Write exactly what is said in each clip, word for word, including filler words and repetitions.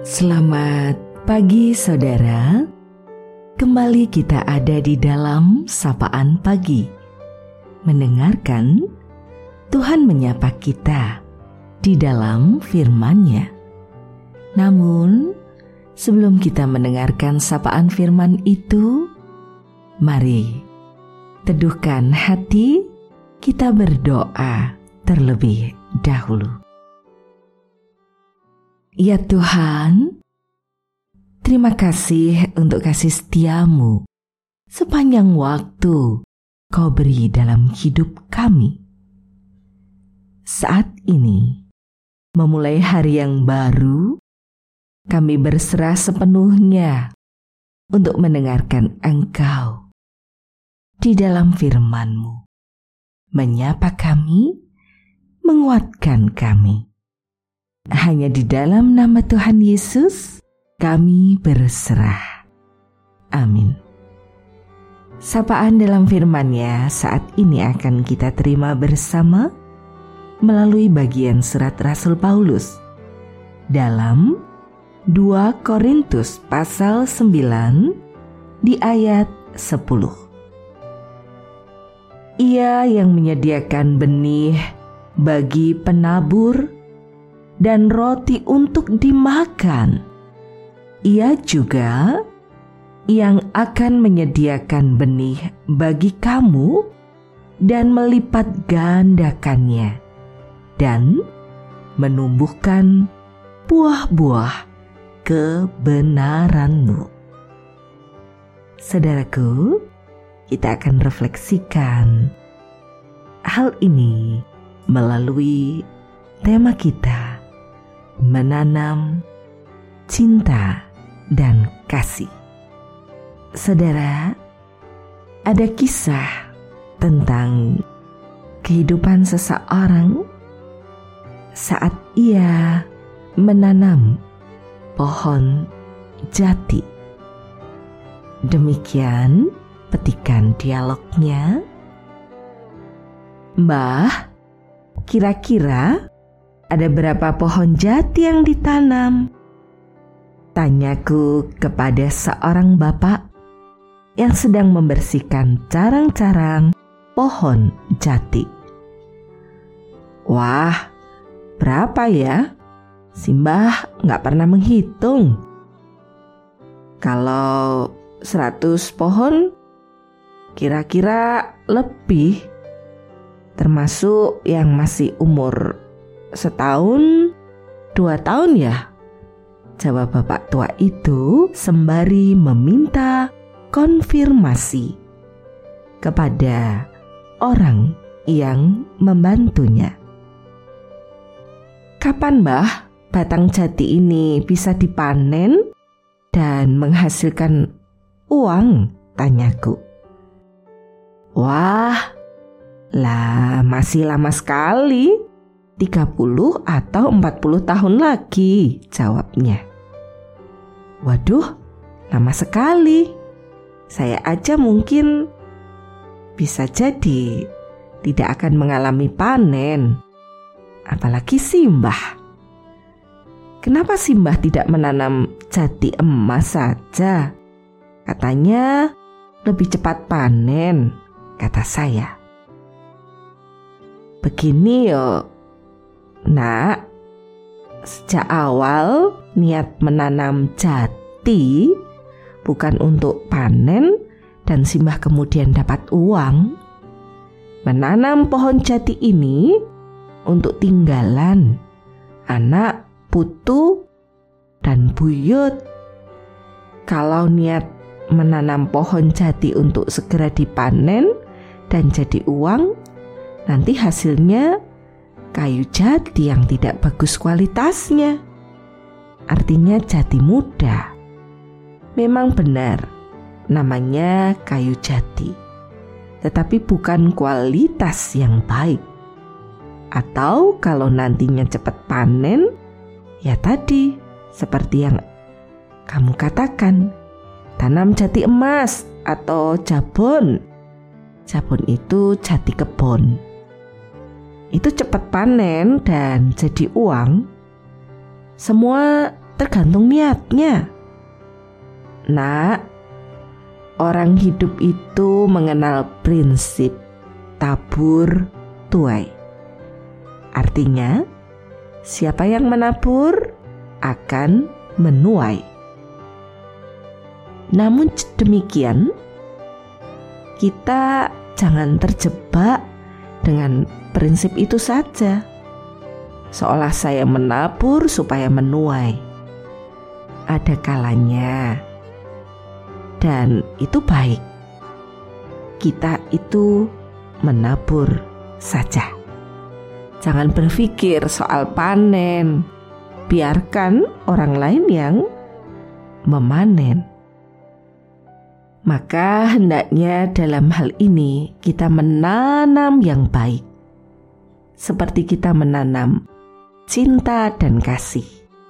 Selamat pagi saudara. Kembali kita ada di dalam Sapaan Pagi, mendengarkan Tuhan menyapa kita di dalam firman-Nya. Namun, sebelum kita mendengarkan sapaan firman itu, mari teduhkan hati, kita berdoa terlebih dahulu. Ya Tuhan, terima kasih untuk kasih setia-Mu sepanjang waktu Kau beri dalam hidup kami. Saat ini, memulai hari yang baru, kami berserah sepenuhnya untuk mendengarkan Engkau di dalam firman-Mu, menyapa kami, menguatkan kami. Hanya di dalam nama Tuhan Yesus kami berserah. Amin. Sapaan dalam firman-Nya saat ini akan kita terima bersama melalui bagian surat Rasul Paulus dalam dua Korintus pasal sembilan di ayat sepuluh. Ia yang menyediakan benih bagi penabur dan roti untuk dimakan, Ia juga yang akan menyediakan benih bagi kamu dan melipat gandakannya dan menumbuhkan buah-buah kebenaran-Mu. Saudaraku, kita akan refleksikan hal ini melalui tema kita, menanam cinta dan kasih. Saudara, ada kisah tentang kehidupan seseorang saat ia menanam pohon jati. Demikian petikan dialognya. Mbah, kira-kira ada berapa pohon jati yang ditanam? Tanyaku kepada seorang bapak yang sedang membersihkan carang-carang pohon jati. Wah, berapa ya? Simbah nggak pernah menghitung. Kalau seratus pohon, kira-kira lebih. Termasuk yang masih umur setahun, dua tahun ya? Jawab bapak tua itu sembari meminta konfirmasi kepada orang yang membantunya. Kapan Mbah batang jati ini bisa dipanen dan menghasilkan uang? Tanyaku. Wah, lah masih lama sekali. tiga puluh atau empat puluh tahun lagi, jawabnya. Waduh, lama sekali. Saya aja mungkin bisa jadi tidak akan mengalami panen. Apalagi Simbah. Kenapa Simbah tidak menanam jati emas saja? Katanya lebih cepat panen, kata saya. Begini yo, Nak, sejak awal niat menanam jati bukan untuk panen dan Simbah kemudian dapat uang. Menanam pohon jati ini untuk tinggalan anak, putu, dan buyut. Kalau niat menanam pohon jati untuk segera dipanen dan jadi uang, nanti hasilnya kayu jati yang tidak bagus kualitasnya. Artinya jati muda. Memang benar, namanya kayu jati, tetapi bukan kualitas yang baik. Atau kalau nantinya cepat panen, ya tadi seperti yang kamu katakan, tanam jati emas atau jabon. Jabon itu jati kebon. Itu cepat panen dan jadi uang. Semua tergantung niatnya. Nak, orang hidup itu mengenal prinsip tabur tuai. Artinya, siapa yang menabur akan menuai. Namun demikian, kita jangan terjebak dengan prinsip itu saja. Seolah saya menabur supaya menuai. Ada kalanya, dan itu baik, kita itu menabur saja. Jangan berpikir soal panen. Biarkan orang lain yang memanen. Maka hendaknya dalam hal ini kita menanam yang baik. Seperti kita menanam cinta dan kasih.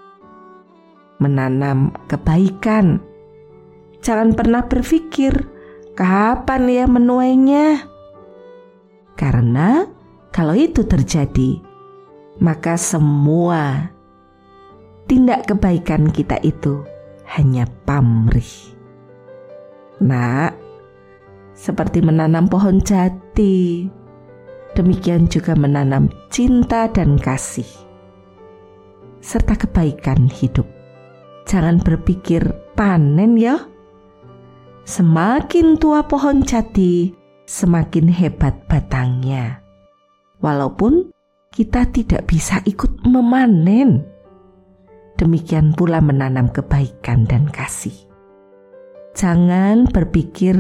Menanam kebaikan. Jangan pernah berpikir kapan ya menuainya. Karena kalau itu terjadi, maka semua tindak kebaikan kita itu hanya pamrih. Nak, seperti menanam pohon jati, demikian juga menanam cinta dan kasih, serta kebaikan hidup. Jangan berpikir panen ya. Semakin tua pohon jati, semakin hebat batangnya. Walaupun kita tidak bisa ikut memanen, demikian pula menanam kebaikan dan kasih. Jangan berpikir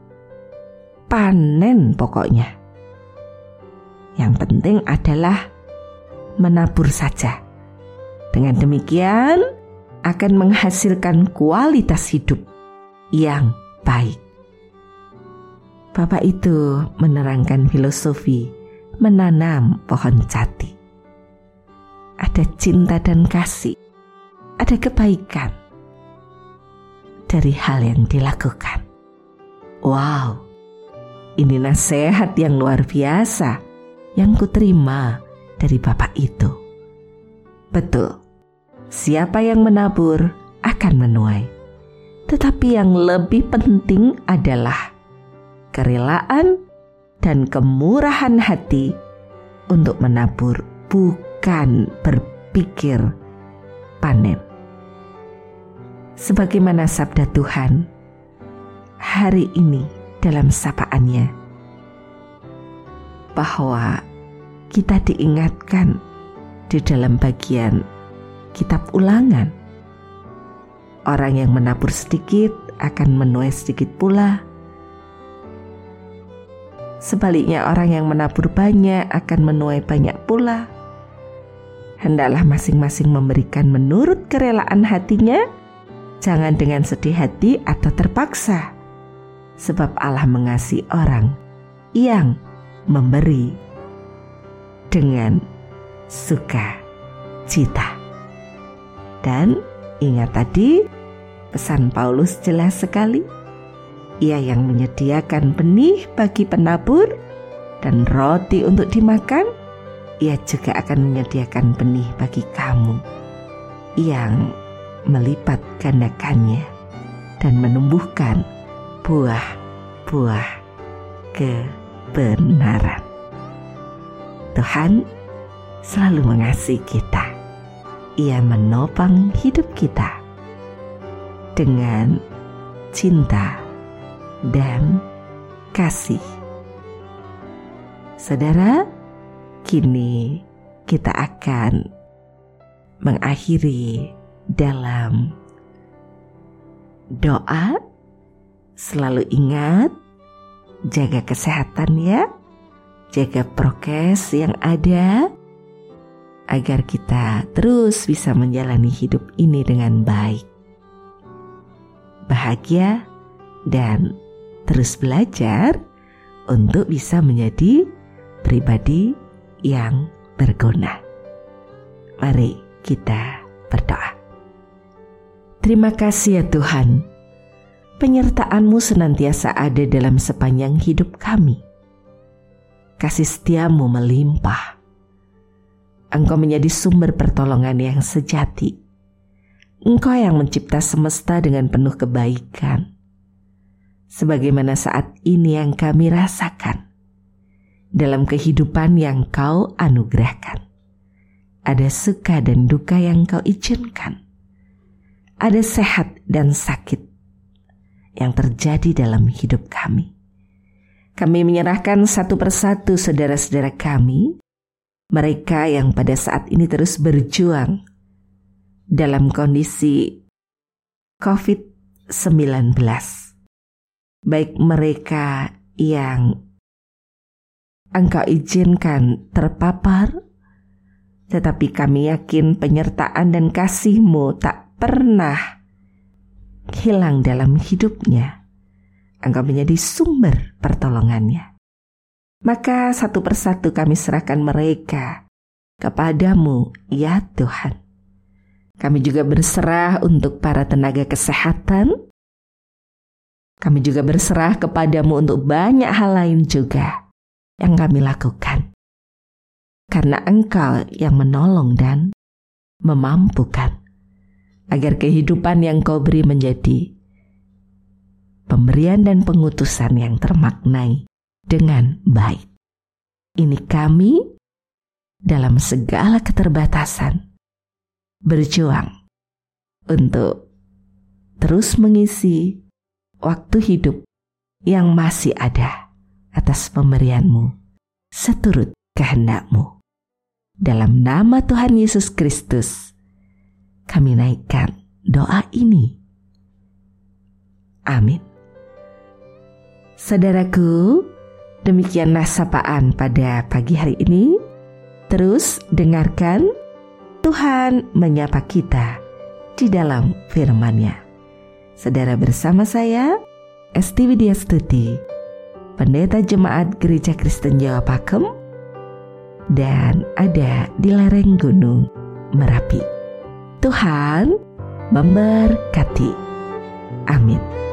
panen pokoknya. Yang penting adalah menabur saja. Dengan demikian akan menghasilkan kualitas hidup yang baik. Bapak itu menerangkan filosofi menanam pohon jati. Ada cinta dan kasih, ada kebaikan dari hal yang dilakukan. Wow, ini nasihat yang luar biasa yang kuterima dari Bapak itu. Betul, siapa yang menabur akan menuai. Tetapi yang lebih penting adalah kerelaan dan kemurahan hati untuk menabur, bukan berpikir panen. Sebagaimana sabda Tuhan hari ini dalam sapaannya, bahwa kita diingatkan di dalam bagian kitab Ulangan, orang yang menabur sedikit akan menuai sedikit pula. Sebaliknya orang yang menabur banyak akan menuai banyak pula. Hendaklah masing-masing memberikan menurut kerelaan hatinya, jangan dengan sedih hati atau terpaksa. Sebab Allah mengasihi orang yang memberi dengan sukacita. Dan ingat tadi pesan Paulus jelas sekali. Ia yang menyediakan benih bagi penabur dan roti untuk dimakan, ia juga akan menyediakan benih bagi kamu yang melipat gandakannya dan menumbuhkan buah-buah kebenaran. Tuhan selalu mengasihi kita. Ia menopang hidup kita dengan cinta dan kasih. Saudara, kini kita akan mengakhiri dalam doa. Selalu ingat, jaga kesehatan ya, jaga prokes yang ada, agar kita terus bisa menjalani hidup ini dengan baik, bahagia, dan terus belajar untuk bisa menjadi pribadi yang berguna. Mari kita berdoa. Terima kasih ya Tuhan, penyertaan-Mu senantiasa ada dalam sepanjang hidup kami. Kasih setia-Mu melimpah. Engkau menjadi sumber pertolongan yang sejati. Engkau yang mencipta semesta dengan penuh kebaikan, sebagaimana saat ini yang kami rasakan dalam kehidupan yang Kau anugerahkan. Ada suka dan duka yang Kau izinkan. Ada sehat dan sakit yang terjadi dalam hidup kami. Kami menyerahkan satu persatu saudara-saudara kami, mereka yang pada saat ini terus berjuang dalam kondisi covid sembilan belas. Baik mereka yang Engkau izinkan terpapar, tetapi kami yakin penyertaan dan kasih-Mu tak pernah hilang dalam hidupnya. Engkau menjadi sumber pertolongannya. Maka satu persatu kami serahkan mereka kepada-Mu, ya Tuhan. Kami juga berserah untuk para tenaga kesehatan. Kami juga berserah kepada-Mu untuk banyak hal lain juga yang kami lakukan. Karena Engkau yang menolong dan memampukan agar kehidupan yang Kau beri menjadi pemberian dan pengutusan yang termaknai dengan baik. Ini kami dalam segala keterbatasan berjuang untuk terus mengisi waktu hidup yang masih ada atas pemberian-Mu seturut kehendak-Mu. Dalam nama Tuhan Yesus Kristus kami naikkan doa ini. Amin. Saudaraku, demikianlah sapaan pada pagi hari ini. Terus dengarkan Tuhan menyapa kita di dalam firman-Nya. Saudara, bersama saya Esti Widyastuti, Pendeta Jemaat Gereja Kristen Jawa Pakem, dan ada di lereng Gunung Merapi. Tuhan memberkati. Amin.